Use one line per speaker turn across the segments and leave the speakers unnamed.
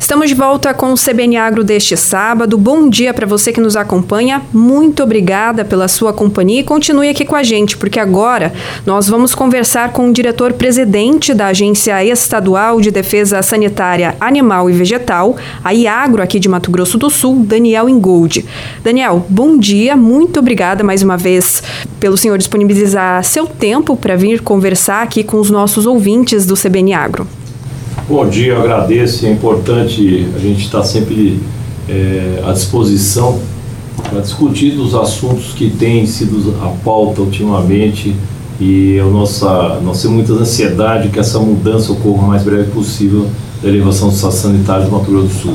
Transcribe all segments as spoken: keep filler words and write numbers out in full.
Estamos de volta com o C B N Agro deste sábado. Bom dia para você que nos acompanha. Muito obrigada pela sua companhia e continue aqui com a gente, porque agora nós vamos conversar com o diretor-presidente da Agência Estadual de Defesa Sanitária Animal e Vegetal, a IAGRO, aqui de Mato Grosso do Sul, Daniel Ingold. Daniel, bom dia. Muito obrigada mais uma vez pelo senhor disponibilizar seu tempo para vir conversar aqui com os nossos ouvintes do C B N Agro.
Bom dia, eu agradeço. É importante a gente estar sempre é, à disposição para discutir dos assuntos que têm sido a pauta ultimamente e a nossa, nós temos muita ansiedade que essa mudança ocorra o mais breve possível da elevação dos sanitários do Mato Grosso do Sul.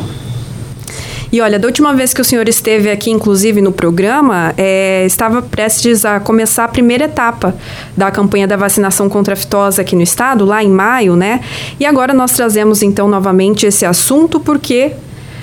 E olha, da última vez que o senhor esteve aqui, inclusive no programa, é, estava prestes a começar a primeira etapa da campanha da vacinação contra a fitose aqui no estado, lá em maio, né? E agora nós trazemos então novamente esse assunto porque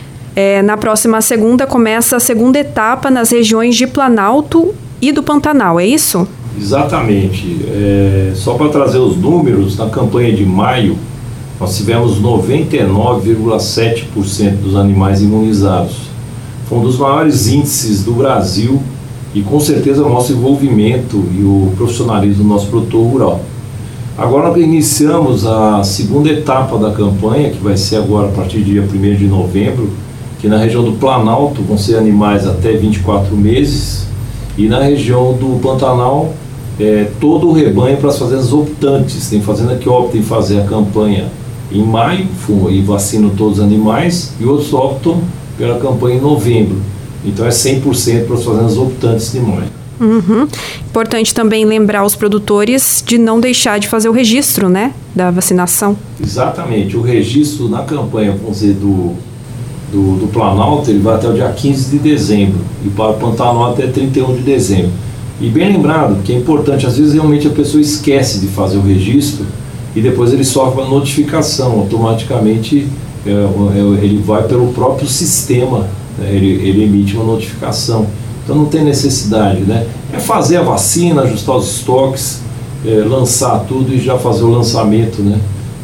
é, na próxima segunda começa a segunda etapa nas regiões de Planalto e do Pantanal, é isso?
Exatamente. É, só para trazer os números, na campanha de maio, nós tivemos noventa e nove vírgula sete por cento dos animais imunizados. Foi um dos maiores índices do Brasil e com certeza o nosso envolvimento e o profissionalismo do nosso produtor rural. Agora nós iniciamos a segunda etapa da campanha, que vai ser agora a partir do dia primeiro de novembro, que na região do Planalto vão ser animais até vinte e quatro meses e na região do Pantanal é, todo o rebanho para as fazendas optantes. Tem fazenda que opta em fazer a campanha em maio e vacinam todos os animais e outros optam pela campanha em novembro. Então é cem por cento para as fazendas optantes de maio.
Uhum. Importante também lembrar os produtores de não deixar de fazer o registro, né, da vacinação.
Exatamente. O registro na campanha, vamos dizer, do, do, do Planalto, ele vai até o dia quinze de dezembro e para o Pantanal até trinta e um de dezembro. E bem lembrado, que é importante, às vezes realmente a pessoa esquece de fazer o registro e depois ele sofre uma notificação, automaticamente é, é, ele vai pelo próprio sistema, né, ele, ele emite uma notificação. Então não tem necessidade, né? É fazer a vacina, ajustar os estoques, é, lançar tudo e já fazer o lançamento, né?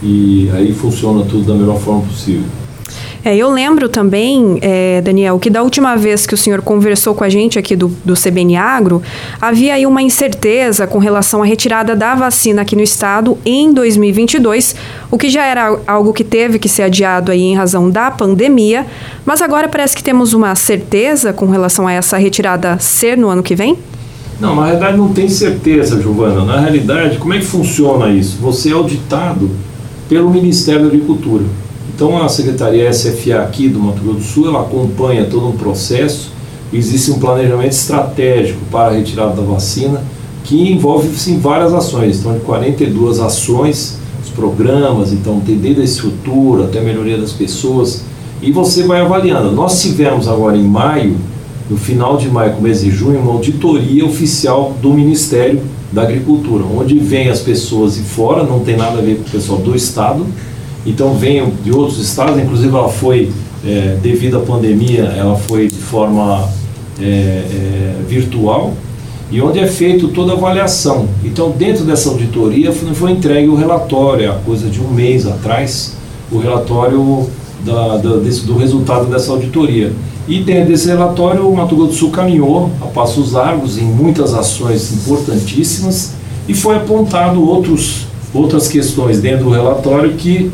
E aí funciona tudo da melhor forma possível.
É, eu lembro também, é, Daniel, que da última vez que o senhor conversou com a gente aqui do, do C B N Agro, havia aí uma incerteza com relação à retirada da vacina aqui no estado em dois mil e vinte e dois, o que já era algo que teve que ser adiado aí em razão da pandemia, mas agora parece que temos uma certeza com relação a essa retirada ser no ano que vem?
Não, na realidade não tem certeza, Giovana. Na realidade, como é que funciona isso? Você é auditado pelo Ministério da Agricultura. Então a Secretaria S F A aqui do Mato Grosso do Sul, ela acompanha todo um processo, existe um planejamento estratégico para a retirada da vacina, que envolve sim várias ações, então de quarenta e duas ações, os programas, então tem desde a estrutura até a melhoria das pessoas, e você vai avaliando. Nós tivemos agora em maio, no final de maio, começo de junho, uma auditoria oficial do Ministério da Agricultura, onde vem as pessoas de fora, não tem nada a ver com o pessoal do estado. Então vem de outros estados, inclusive ela foi, é, devido à pandemia, ela foi de forma é, é, virtual, e onde é feito toda a avaliação. Então dentro dessa auditoria foi, foi entregue o relatório, há coisa de um mês atrás, o relatório da, da, desse, do resultado dessa auditoria. E dentro desse relatório o Mato Grosso do Sul caminhou a passos largos em muitas ações importantíssimas e foi apontado outros, outras questões dentro do relatório que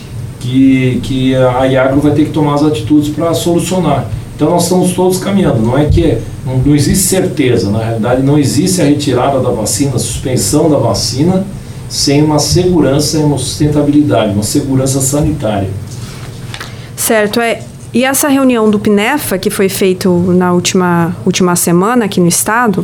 Que, que a IAGRO vai ter que tomar as atitudes para solucionar. Então nós estamos todos caminhando, não é que é, não, não existe certeza, na realidade não existe a retirada da vacina, a suspensão da vacina sem uma segurança e uma sustentabilidade, uma segurança sanitária.
Certo, é. E essa reunião do PNEFA que foi feita na última, última semana aqui no estado,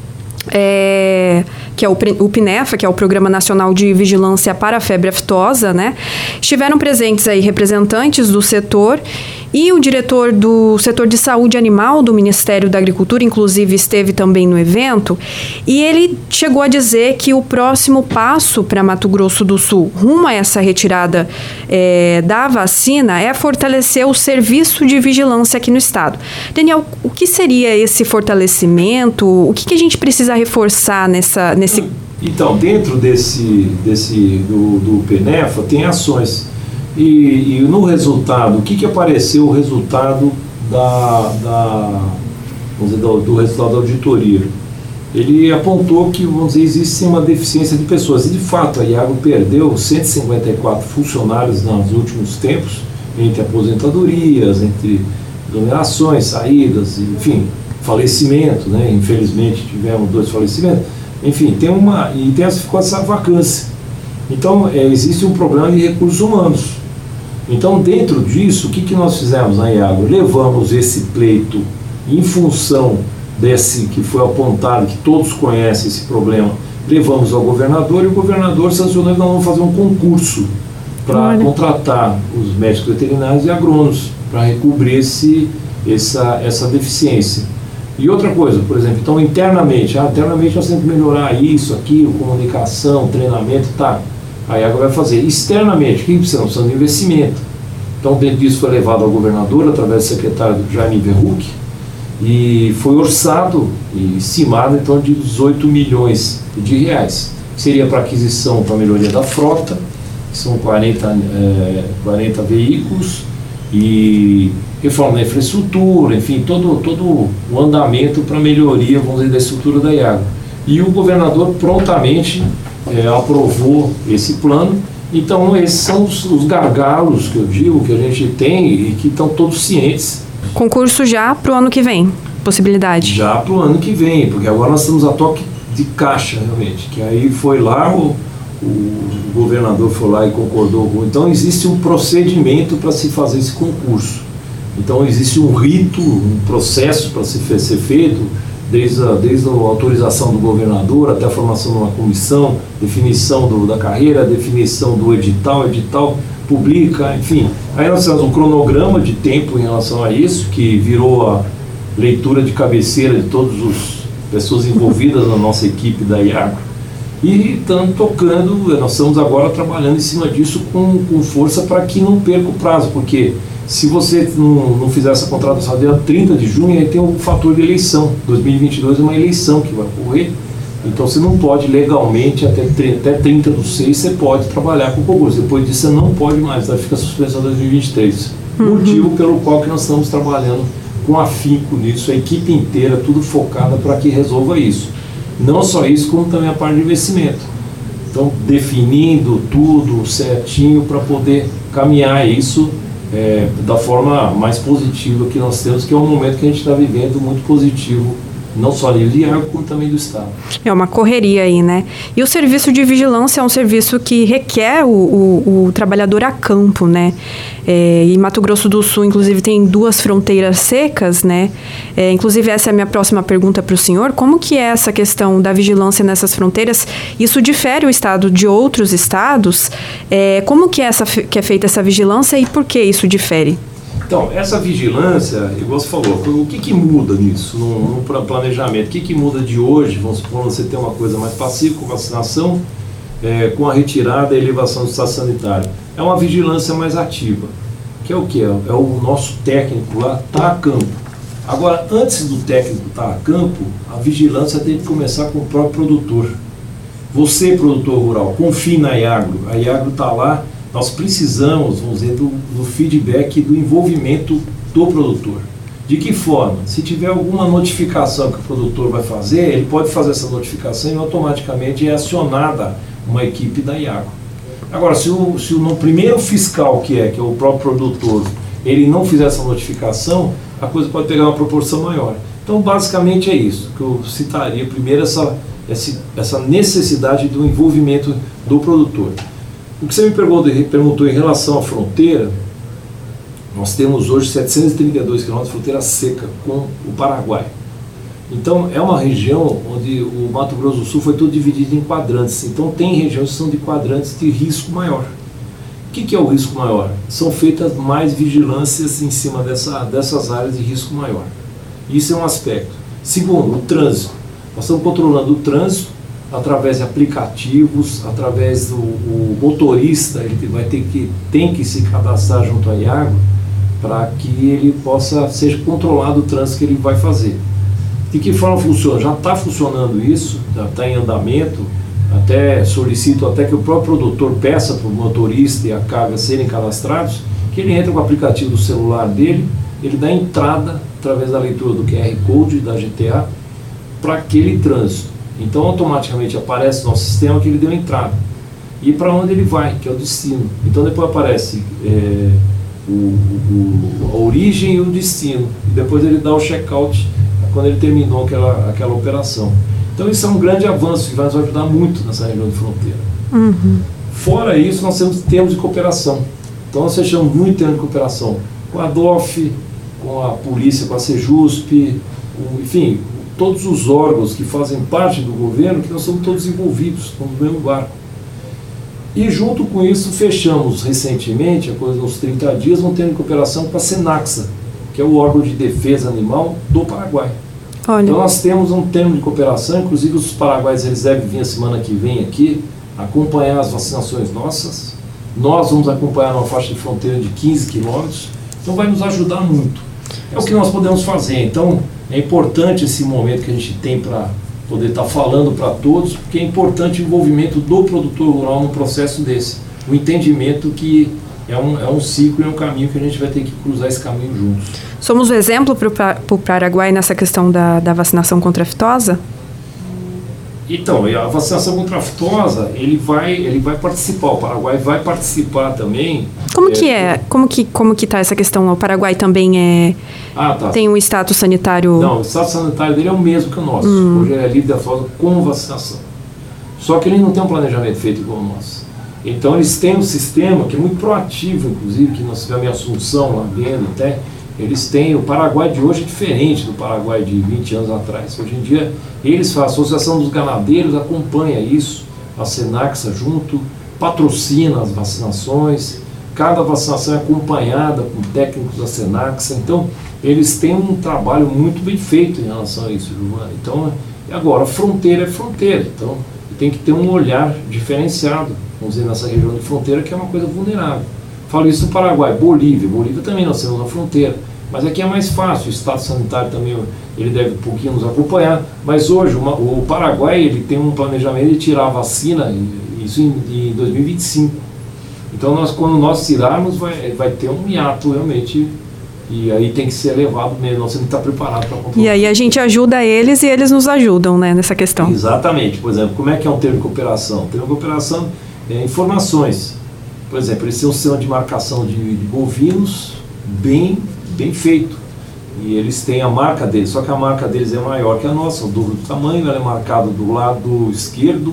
É, que é o, o PNEFA, que é o Programa Nacional de Vigilância para a Febre Aftosa, né? Estiveram presentes aí representantes do setor e o diretor do setor de saúde animal do Ministério da Agricultura, inclusive, esteve também no evento, e ele chegou a dizer que o próximo passo para Mato Grosso do Sul, rumo a essa retirada é, da vacina, é fortalecer o serviço de vigilância aqui no estado. Daniel, o que seria esse fortalecimento? O que, que a gente precisa reforçar nessa, nesse...
Então, dentro desse, desse do, do PNEFA tem ações. E, e no resultado, o que, que apareceu o resultado da, da, vamos dizer, do, do resultado da auditoria? Ele apontou que, vamos dizer, existe uma deficiência de pessoas. E, de fato, a Iagro perdeu cento e cinquenta e quatro funcionários nos últimos tempos, entre aposentadorias, entre exonerações, saídas, enfim, falecimento, né? Infelizmente tivemos dois falecimentos. Enfim, tem uma, e tem ficou essa vacância. Então, é, existe um problema de recursos humanos. Então, dentro disso, o que, que nós fizemos na Iagro? Levamos esse pleito em função desse que foi apontado, que todos conhecem esse problema, levamos ao governador e o governador sancionou que nós vamos fazer um concurso para contratar os médicos veterinários e agrônomos para recobrir esse, essa, essa deficiência. E outra coisa, por exemplo, então internamente, ah, internamente nós temos que melhorar isso, aquilo, comunicação, treinamento, tá. A Iagro vai fazer. Externamente, o que precisa? Precisamos de investimento. Então, dentro disso foi levado ao governador, através do secretário Jaime Verruc, e foi orçado e estimado então de dezoito milhões de reais. Seria para aquisição, para melhoria da frota, que são quarenta, é, quarenta veículos, e reforma da infraestrutura, enfim, todo, todo o andamento para melhoria, vamos dizer, da estrutura da Iagro. E o governador prontamente é, aprovou esse plano. Então, esses são os, os gargalos que eu digo, que a gente tem e que estão todos cientes.
Concurso já para o ano que vem, possibilidade?
Já para o ano que vem, porque agora nós estamos a toque de caixa, realmente, que aí foi lá, o, o governador foi lá e concordou. Então, existe um procedimento para se fazer esse concurso. Então, existe um rito, um processo para se ser feito, desde a, desde a autorização do governador até a formação de uma comissão, definição do, da carreira, definição do edital, edital publica, enfim. Aí nós temos um cronograma de tempo em relação a isso, que virou a leitura de cabeceira de todas as pessoas envolvidas na nossa equipe da Iagro. E estamos tocando, nós estamos agora trabalhando em cima disso com, com força para que não perca o prazo, porque se você não, não fizer essa contratação dia trinta de junho, aí tem o fator de eleição. dois mil e vinte e dois é uma eleição que vai ocorrer, então você não pode legalmente, até, até trinta do seis, você pode trabalhar com o concurso. Depois disso você não pode mais, vai ficar suspenso em dois mil e vinte e três. Uhum. Motivo pelo qual que nós estamos trabalhando com afinco nisso, a equipe inteira, tudo focada para que resolva isso. Não só isso, como também a parte de investimento. Então, definindo tudo certinho para poder caminhar isso É, da forma mais positiva que nós temos, que é um momento que a gente está vivendo muito positivo, não só a nível de Iagro, como também do Estado.
É uma correria aí, né? E o serviço de vigilância é um serviço que requer o, o, o trabalhador a campo, né? É, e Mato Grosso do Sul, inclusive, tem duas fronteiras secas, né? É, inclusive, essa é a minha próxima pergunta para o senhor. Como que é essa questão da vigilância nessas fronteiras? Isso difere o estado de outros estados? É, como que é, essa, que é feita essa vigilância e por que isso difere?
Então, essa vigilância, igual você falou, o que, que muda nisso, no, no planejamento? O que, que muda de hoje? Vamos supor, você tem uma coisa mais passiva, com vacinação, é, com a retirada e elevação do estado sanitário. É uma vigilância mais ativa, que é o que? É o nosso técnico lá tá a campo. Agora, antes do técnico estar tá a campo, a vigilância tem que começar com o próprio produtor. Você, produtor rural, confie na Iagro. A Iagro está lá. Nós precisamos, vamos dizer, do, do feedback, do envolvimento do produtor. De que forma? Se tiver alguma notificação que o produtor vai fazer, ele pode fazer essa notificação e automaticamente é acionada uma equipe da Iagro. Agora, se o, se o no primeiro fiscal que é, que é o próprio produtor, ele não fizer essa notificação, a coisa pode pegar uma proporção maior. Então, basicamente é isso, que eu citaria primeiro essa, essa, essa necessidade do envolvimento do produtor. O que você me perguntou, perguntou em relação à fronteira, nós temos hoje setecentos e trinta e dois quilômetros de fronteira seca com o Paraguai. Então, é uma região onde o Mato Grosso do Sul foi tudo dividido em quadrantes. Então, tem regiões que são de quadrantes de risco maior. O que, que é o risco maior? São feitas mais vigilâncias em cima dessa, dessas áreas de risco maior. Isso é um aspecto. Segundo, o trânsito. Nós estamos controlando o trânsito através de aplicativos, através do o motorista, ele vai ter que, tem que se cadastrar junto à Iagro para que ele possa ser controlado o trânsito que ele vai fazer. De que forma funciona? Já está funcionando isso, já está em andamento. até solicito até que o próprio produtor peça para o motorista e a carga serem cadastrados, que ele entra com o aplicativo do celular dele, ele dá entrada através da leitura do Q R Code da G T A para aquele trânsito. Então automaticamente aparece no nosso sistema que ele deu entrada e para onde ele vai, que é o destino. Então depois aparece é, o, o, a origem e o destino, e depois ele dá o check-out quando ele terminou aquela, aquela operação. Então isso é um grande avanço que vai nos ajudar muito nessa região de fronteira.
Uhum.
Fora isso, nós temos termos de cooperação. Então nós fechamos muito termo de cooperação com a D O F, com a polícia, com a Sejusp, com, enfim, todos os órgãos que fazem parte do governo, que nós somos todos envolvidos no mesmo barco. E junto com isso fechamos recentemente, a coisa uns trinta dias, um termo de cooperação com a Senaxa, que é o órgão de defesa animal do Paraguai.
Olha.
Então nós temos um termo de cooperação, inclusive os paraguaios eles devem vir a semana que vem aqui, acompanhar as vacinações nossas. Nós vamos acompanhar uma faixa de fronteira de quinze quilômetros, então vai nos ajudar muito. É o que nós podemos fazer, então é importante esse momento que a gente tem para poder estar falando para todos, porque é importante o envolvimento do produtor rural num processo desse, o entendimento que é um, é um ciclo e um caminho que a gente vai ter que cruzar esse caminho juntos.
Somos o exemplo para o Paraguai nessa questão da, da vacinação contra a aftosa?
Então, a vacinação contra a aftosa, ele vai, ele vai participar, o Paraguai vai participar também.
Como é, que é? Como que como que está essa questão? O Paraguai também é,
ah, tá.
tem um status sanitário...
Não, o status sanitário dele é o mesmo que o nosso. Hum. Hoje ele é livre da aftosa com vacinação. Só que ele não tem um planejamento feito igual o nosso. Então eles têm um sistema que é muito proativo, inclusive, que nós tivemos em Assunção lá dentro até. Eles têm, o Paraguai de hoje é diferente do Paraguai de vinte anos atrás. Hoje em dia, eles fazem, a Associação dos Ganadeiros acompanha isso, a Senaxa junto, patrocina as vacinações, cada vacinação é acompanhada com técnicos da Senaxa, então eles têm um trabalho muito bem feito em relação a isso, Giovana. Então, agora, fronteira é fronteira, então tem que ter um olhar diferenciado, vamos dizer, nessa região de fronteira, que é uma coisa vulnerável. Falo isso do Paraguai, Bolívia, Bolívia também nós temos na fronteira, mas aqui é mais fácil, o estado sanitário também, ele deve um pouquinho nos acompanhar, mas hoje uma, o Paraguai, ele tem um planejamento de tirar a vacina, isso em, em dois mil e vinte e cinco, então nós, quando nós tirarmos, vai, vai ter um hiato realmente, e aí tem que ser levado mesmo, nós temos que estar preparado para controlar.
E aí a gente ajuda eles e eles nos ajudam, né, nessa questão.
Exatamente, por exemplo, como é que é um termo de cooperação? O termo de cooperação é informações. Por exemplo, eles têm um sistema de marcação de, de bovinos bem, bem feito. E eles têm a marca deles, só que a marca deles é maior que a nossa, o dobro do tamanho, ela é marcada do lado esquerdo,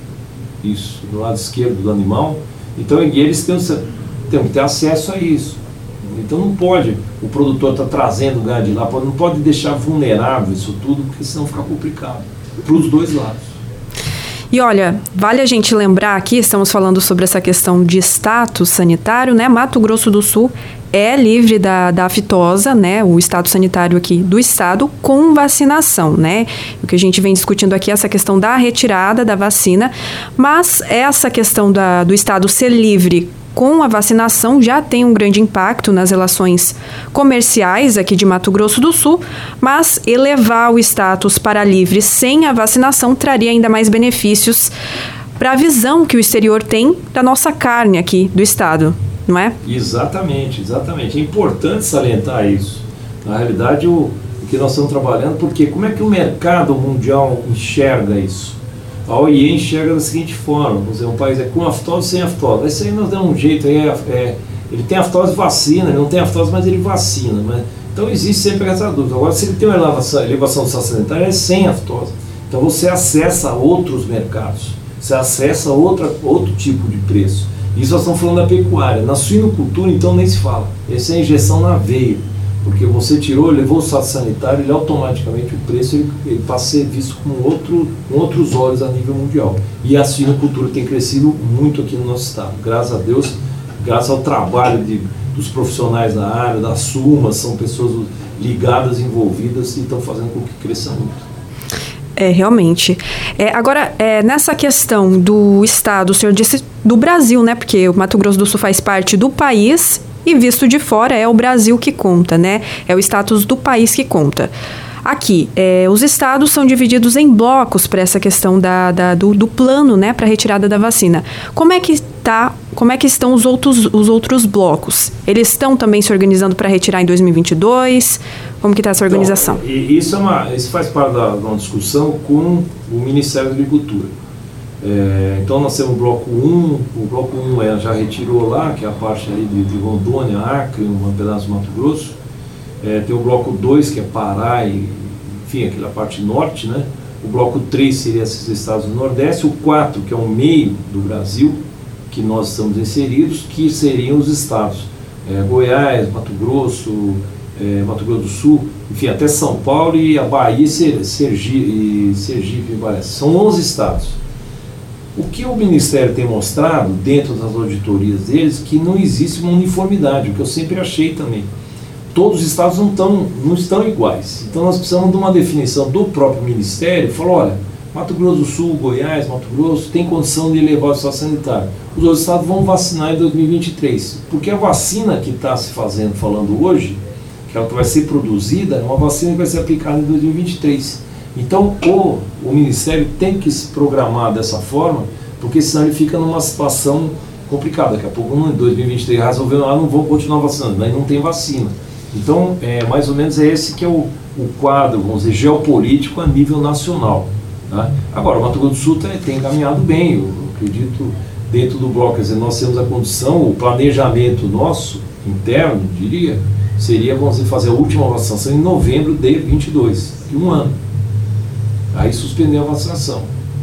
isso, do lado esquerdo do animal. Então, e eles têm, têm que ter acesso a isso. Então não pode, o produtor está trazendo o gado de lá, não pode deixar vulnerável isso tudo, porque senão fica complicado, para os dois lados.
E olha, vale a gente lembrar aqui, estamos falando sobre essa questão de status sanitário, né? Mato Grosso do Sul é livre da, da aftosa, né? O status sanitário aqui do estado com vacinação, né? O que a gente vem discutindo aqui é essa questão da retirada da vacina, mas essa questão da, do estado ser livre com a vacinação já tem um grande impacto nas relações comerciais aqui de Mato Grosso do Sul, mas elevar o status para livre sem a vacinação traria ainda mais benefícios para a visão que o exterior tem da nossa carne aqui do estado, não é?
Exatamente, exatamente. É importante salientar isso. Na realidade, o, o que nós estamos trabalhando, porque como é que o mercado mundial enxerga isso? A O I E enxerga da seguinte forma, vamos dizer, um país é com aftosa ou sem aftosa. Isso aí nós damos um jeito, aí é, é, ele tem aftosa e vacina, ele não tem aftosa, mas ele vacina. Mas, então existe sempre essa dúvida. Agora, se ele tem uma elevação, elevação do status sanitário, é sem aftosa. Então você acessa outros mercados, você acessa outra, outro tipo de preço. Isso nós estamos falando da pecuária. Na suinocultura, então, nem se fala. Essa é a injeção na veia. Porque você tirou, levou o status sanitário, ele automaticamente, o preço, ele, ele passa a ser visto com, outro, com outros olhos a nível mundial. E a suinocultura tem crescido muito aqui no nosso estado. Graças a Deus, graças ao trabalho de, dos profissionais da área, das SUMAS, são pessoas ligadas, envolvidas e estão fazendo com que cresça muito.
É, realmente. É, agora, é, nessa questão do estado, o senhor disse do Brasil, né? Porque o Mato Grosso do Sul faz parte do país e visto de fora é o Brasil que conta, né? É o status do país que conta. Aqui, é, os estados são divididos em blocos para essa questão da, da, do, do plano, né, para a retirada da vacina. Como é que tá, como é que estão os outros, os outros blocos? Eles estão também se organizando para retirar em dois mil e vinte e dois? Como que está essa organização?
Então, isso, é uma, isso faz parte da, de uma discussão com o Ministério da Agricultura. É, então nós temos o bloco um, o bloco um é, já retirou lá, que é a parte ali de, de Rondônia, Acre, um pedaço do Mato Grosso. É, tem o bloco dois, que é Pará e, enfim, aquela parte norte, né? O bloco três seria esses estados do Nordeste, o quatro, que é o meio do Brasil, que nós estamos inseridos, que seriam os estados é, Goiás, Mato Grosso, é, Mato Grosso do Sul, enfim, até São Paulo e a Bahia e Sergipe, e Sergipe parece. São onze estados. O que o Ministério tem mostrado, dentro das auditorias deles, que não existe uma uniformidade, o que eu sempre achei também. Todos os estados não, tão, não estão iguais. Então nós precisamos de uma definição do próprio Ministério, falou, olha, Mato Grosso do Sul, Goiás, Mato Grosso, tem condição de levar o estado sanitário. Os outros estados vão vacinar em dois mil e vinte e três, porque a vacina que está se fazendo, falando hoje, que ela vai ser produzida, é uma vacina que vai ser aplicada em dois mil e vinte e três. Então o, o Ministério tem que se programar dessa forma, porque senão ele fica numa situação complicada. Daqui a pouco, em dois mil e vinte e três, resolvendo lá, não vão continuar vacinando, mas não tem vacina. Então, é, mais ou menos é esse que é o, o quadro, vamos dizer, geopolítico a nível nacional. Tá? Agora, o Mato Grosso do Sul tem, tem caminhado bem, eu acredito, dentro do bloco, quer dizer, nós temos a condição, o planejamento nosso, interno, diria, seria, vamos dizer, fazer a última vacinação em novembro de vinte e dois, de um ano. Aí suspender a vacinação.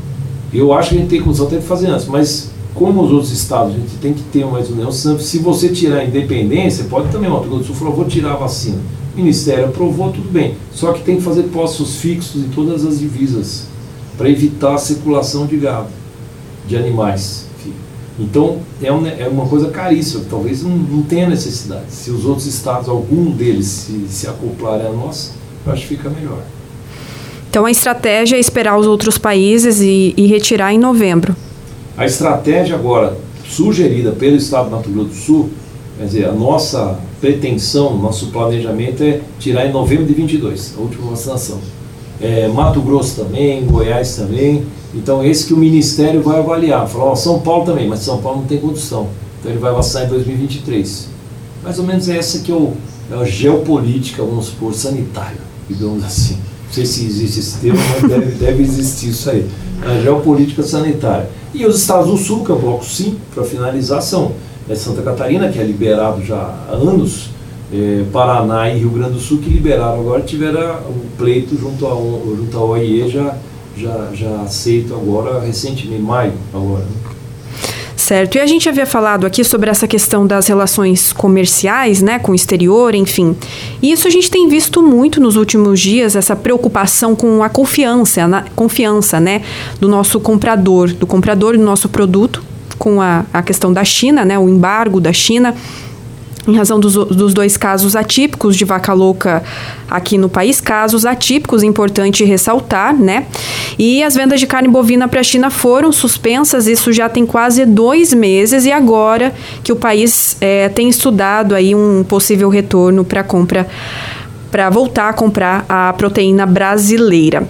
Eu acho que a gente tem condição até de fazer antes, mas como os outros estados, a gente tem que ter mais ou menos, se você tirar a independência, pode também, o Mato Grosso do Sul falou, vou tirar a vacina. O Ministério aprovou, tudo bem. Só que tem que fazer postos fixos em todas as divisas, para evitar a circulação de gado, de animais. Enfim. Então, é, um, é uma coisa caríssima, que talvez não, não tenha necessidade. Se os outros estados, algum deles, se, se acoplarem a nós, eu acho que fica melhor.
Então a estratégia é esperar os outros países e, e retirar em novembro.
A estratégia agora, sugerida pelo Estado do Mato Grosso do Sul, quer dizer, a nossa pretensão, nosso planejamento é tirar em novembro de vinte e dois, a última vacinação. É, Mato Grosso também, Goiás também, então esse que o Ministério vai avaliar. Falar, ó, São Paulo também, mas São Paulo não tem condição, então ele vai vacinar em dois mil e vinte e três. Mais ou menos é essa que é, o, é a geopolítica, vamos supor, sanitária, digamos assim. Não sei se existe esse termo, mas deve, deve existir isso aí. A geopolítica sanitária. E os estados do Sul, que é o bloco cinco, para finalizar, são é Santa Catarina, que é liberado já há anos, é, Paraná e Rio Grande do Sul, que liberaram agora, tiveram um pleito junto, a, junto à O I E, já, já, já aceito agora, recentemente, em maio agora.
Certo, e a gente havia falado aqui sobre essa questão das relações comerciais, né, com o exterior, enfim. E isso a gente tem visto muito nos últimos dias, essa preocupação com a confiança, na, confiança, né, do nosso comprador, do comprador do nosso produto, com a, a questão da China, né, o embargo da China, em razão dos, dos dois casos atípicos de vaca louca aqui no país, casos atípicos, importante ressaltar, né? E as vendas de carne bovina para a China foram suspensas, isso já tem quase dois meses, e agora que o país é, tem estudado aí um possível retorno para compra, para voltar a comprar a proteína brasileira.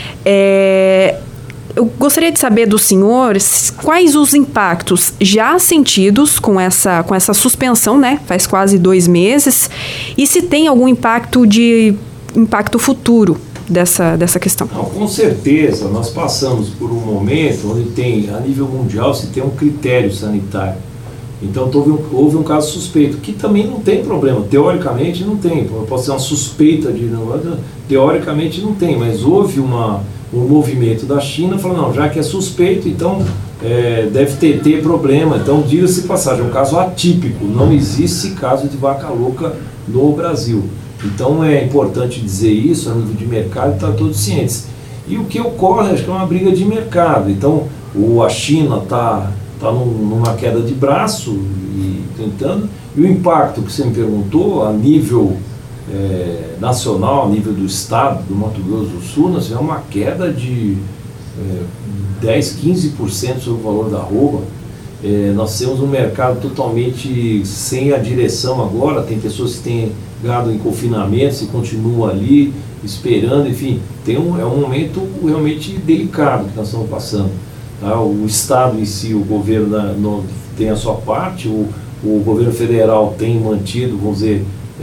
É... Eu gostaria de saber do senhor quais os impactos já sentidos com essa, com essa suspensão, né? Faz quase dois meses. E se tem algum impacto de impacto futuro dessa, dessa questão.
Não, com certeza, nós passamos por um momento onde tem, a nível mundial, se tem um critério sanitário. Então houve um, houve um caso suspeito, que também não tem problema, teoricamente não tem. Pode ser uma suspeita de... Teoricamente não tem, mas houve uma... um movimento da China, falou, não, já que é suspeito, então é, deve ter, ter problema. Então, diga-se de passagem, é um caso atípico, não existe caso de vaca louca no Brasil. Então, é importante dizer isso, a nível de mercado, está todos cientes. E o que ocorre, acho que é uma briga de mercado. Então, o, a China está tá num, numa queda de braço, e tentando, e o impacto que você me perguntou, a nível... É, nacional, a nível do estado do Mato Grosso do Sul, nós tivemos uma queda de é, dez, quinze por cento sobre o valor da arroba. É, nós temos um mercado totalmente sem a direção agora, tem pessoas que têm gado em confinamento, se continua ali esperando, enfim, tem um, é um momento realmente delicado que nós estamos passando. Tá? O Estado em si, o governo da, no, tem a sua parte, o, o governo federal tem mantido, vamos dizer,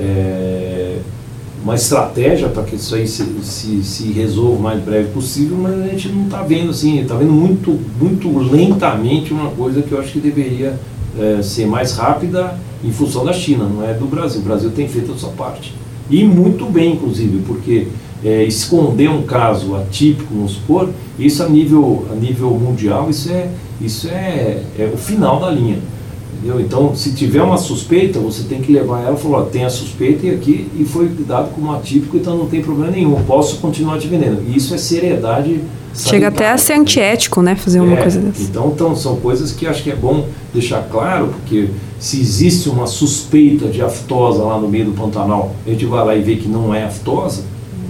é, uma estratégia para que isso aí se, se, se resolva o mais breve possível, mas a gente não está vendo assim, está vendo muito, muito lentamente uma coisa que eu acho que deveria é, ser mais rápida em função da China, não é do Brasil. O Brasil tem feito a sua parte. E muito bem, inclusive, porque é, esconder um caso atípico, vamos supor, isso a nível, a nível mundial, isso, é, isso é, é o final da linha. Entendeu? Então, se tiver uma suspeita, você tem que levar ela e falar, ó, tem a suspeita e aqui, e foi dado como atípico, então não tem problema nenhum, posso continuar te vendendo. E isso é seriedade sanitária.
Chega até a ser antiético, né, fazer uma
é,
coisa dessa.
Então, então, são coisas que acho que é bom deixar claro, porque se existe uma suspeita de aftosa lá no meio do Pantanal, a gente vai lá e vê que não é aftosa,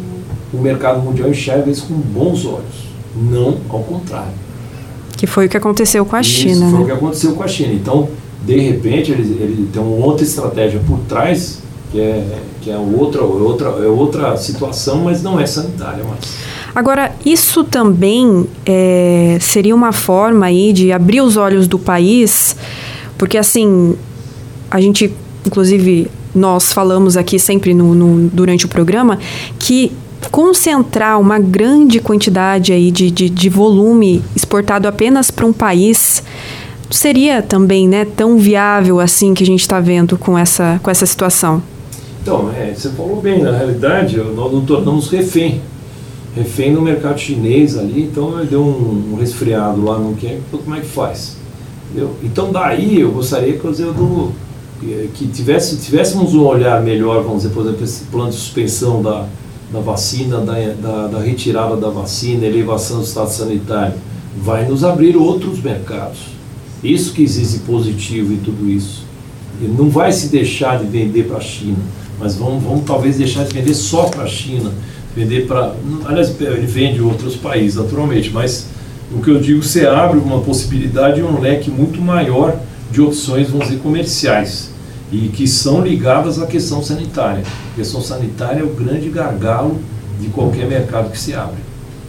o mercado mundial enxerga isso com bons olhos, não ao contrário.
Que foi o que aconteceu com a
Isso
China,
foi
né?
o que aconteceu com a China. Então, de repente, ele, ele tem uma outra estratégia por trás, que é, que é, outra, outra, é outra situação, mas não é sanitária mais.
Agora, isso também é, seria uma forma aí de abrir os olhos do país, porque assim, a gente, inclusive, nós falamos aqui sempre no, no, durante o programa, que concentrar uma grande quantidade aí de, de, de volume exportado apenas para um país seria também, né, tão viável assim que a gente está vendo com essa, com essa situação.
Então, é, você falou bem, na realidade, nós nos tornamos refém. Refém no mercado chinês ali, então deu um, um resfriado lá, não quer, então como é que faz? Entendeu? Então daí eu gostaria que, eu do, que tivesse, tivéssemos um olhar melhor, vamos dizer, por exemplo, esse plano de suspensão da, da vacina, da, da, da retirada da vacina, elevação do estado sanitário, vai nos abrir outros mercados. Isso que existe positivo em tudo isso. Ele não vai se deixar de vender para a China, mas vamos, vamos talvez deixar de vender só para a China, vender para... Aliás, ele vende em outros países, naturalmente, mas o que eu digo, você abre uma possibilidade e um leque muito maior de opções, vamos dizer, comerciais, e que são ligadas à questão sanitária. A questão sanitária é o grande gargalo de qualquer mercado que se abre.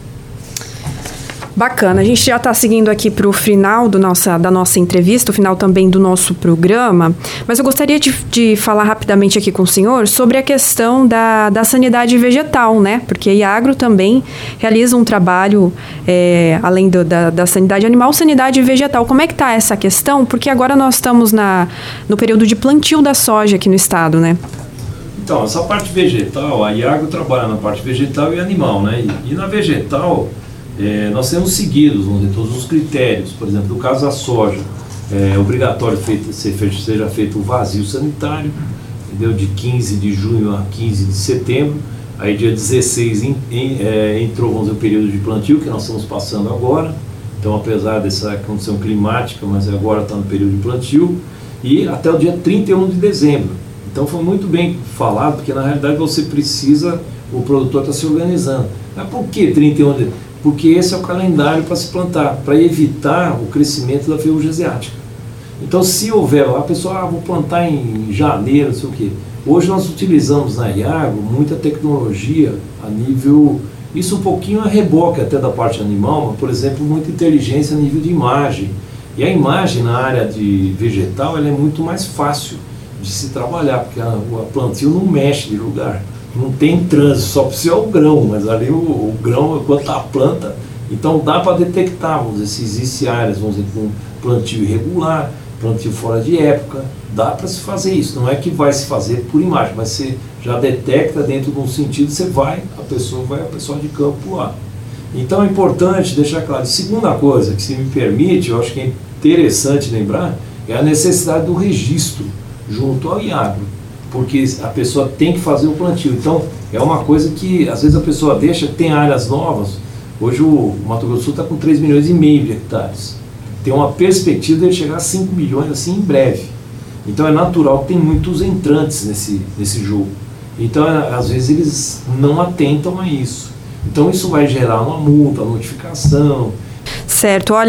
Bacana, a gente já está seguindo aqui para o final do nossa, da nossa entrevista, o final também do nosso programa, mas eu gostaria de, de falar rapidamente aqui com o senhor sobre a questão da, da sanidade vegetal, né? Porque a Iagro também realiza um trabalho, é, além do, da, da sanidade animal, sanidade vegetal. Como é que está essa questão? Porque agora nós estamos na, no período de plantio da soja aqui no estado, né?
Então, essa parte vegetal, a Iagro trabalha na parte vegetal e animal, né? E, e na vegetal... É, nós temos seguidos, vamos dizer, todos os critérios. Por exemplo, no caso da soja, é obrigatório feito, ser, seja feito o vazio sanitário, entendeu? De quinze de junho a quinze de setembro. Aí dia dezesseis em, em, é, entrou, vamos dizer, o período de plantio que nós estamos passando agora. Então, apesar dessa condição climática, mas agora está no período de plantio. E até o dia trinta e um de dezembro. Então foi muito bem falado, porque na realidade você precisa, o produtor está se organizando. Mas por que trinta e um de dezembro? Porque esse é o calendário para se plantar, para evitar o crescimento da ferrugem asiática. Então, se houver lá, a pessoa, ah, vou plantar em janeiro, não sei o quê. Hoje nós utilizamos na Iagro muita tecnologia a nível, isso um pouquinho a reboque até da parte animal, mas, por exemplo, muita inteligência a nível de imagem. E a imagem na área de vegetal, ela é muito mais fácil de se trabalhar, porque a, a plantio não mexe de lugar. Não tem trânsito, só precisa o grão, mas ali o, o grão, enquanto está a planta, então dá para detectar, vamos dizer, se existe áreas, vamos dizer, com plantio irregular, plantio fora de época, dá para se fazer isso. Não é que vai se fazer por imagem, mas você já detecta dentro de um sentido, você vai, a pessoa vai, a pessoa de campo lá. Então é importante deixar claro. Segunda coisa que, se me permite, eu acho que é interessante lembrar, é a necessidade do registro junto ao Iagro. Porque a pessoa tem que fazer o plantio. Então, é uma coisa que, às vezes, a pessoa deixa, tem áreas novas. Hoje, o Mato Grosso do Sul está com três milhões e meio de hectares. Tem uma perspectiva de ele chegar a cinco milhões, assim, em breve. Então, é natural que tem muitos entrantes nesse, nesse jogo. Então, é, às vezes, eles não atentam a isso. Então, isso vai gerar uma multa, uma notificação.
Certo. Olha,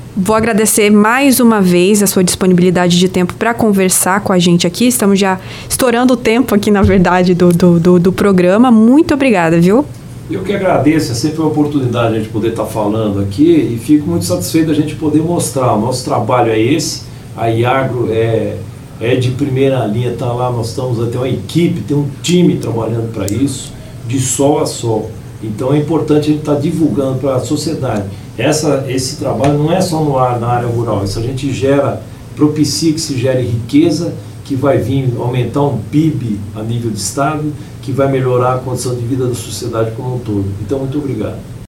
Vou agradecer mais uma vez a sua disponibilidade de tempo para conversar com a gente aqui. Estamos já estourando o tempo aqui, na verdade, do, do, do, do programa. Muito obrigada, viu?
Eu que agradeço, é sempre uma oportunidade a gente poder estar falando aqui e fico muito satisfeito da gente poder mostrar. O nosso trabalho é esse, a Iagro é, é de primeira linha, está lá, nós estamos até uma equipe, tem um time trabalhando para isso, de sol a sol. Então é importante a gente estar divulgando para a sociedade. Essa, esse trabalho não é só no ar, na área rural, isso a gente gera, propicia que se gere riqueza, que vai vir aumentar um P I B a nível de estado, que vai melhorar a condição de vida da sociedade como um todo. Então, muito obrigado.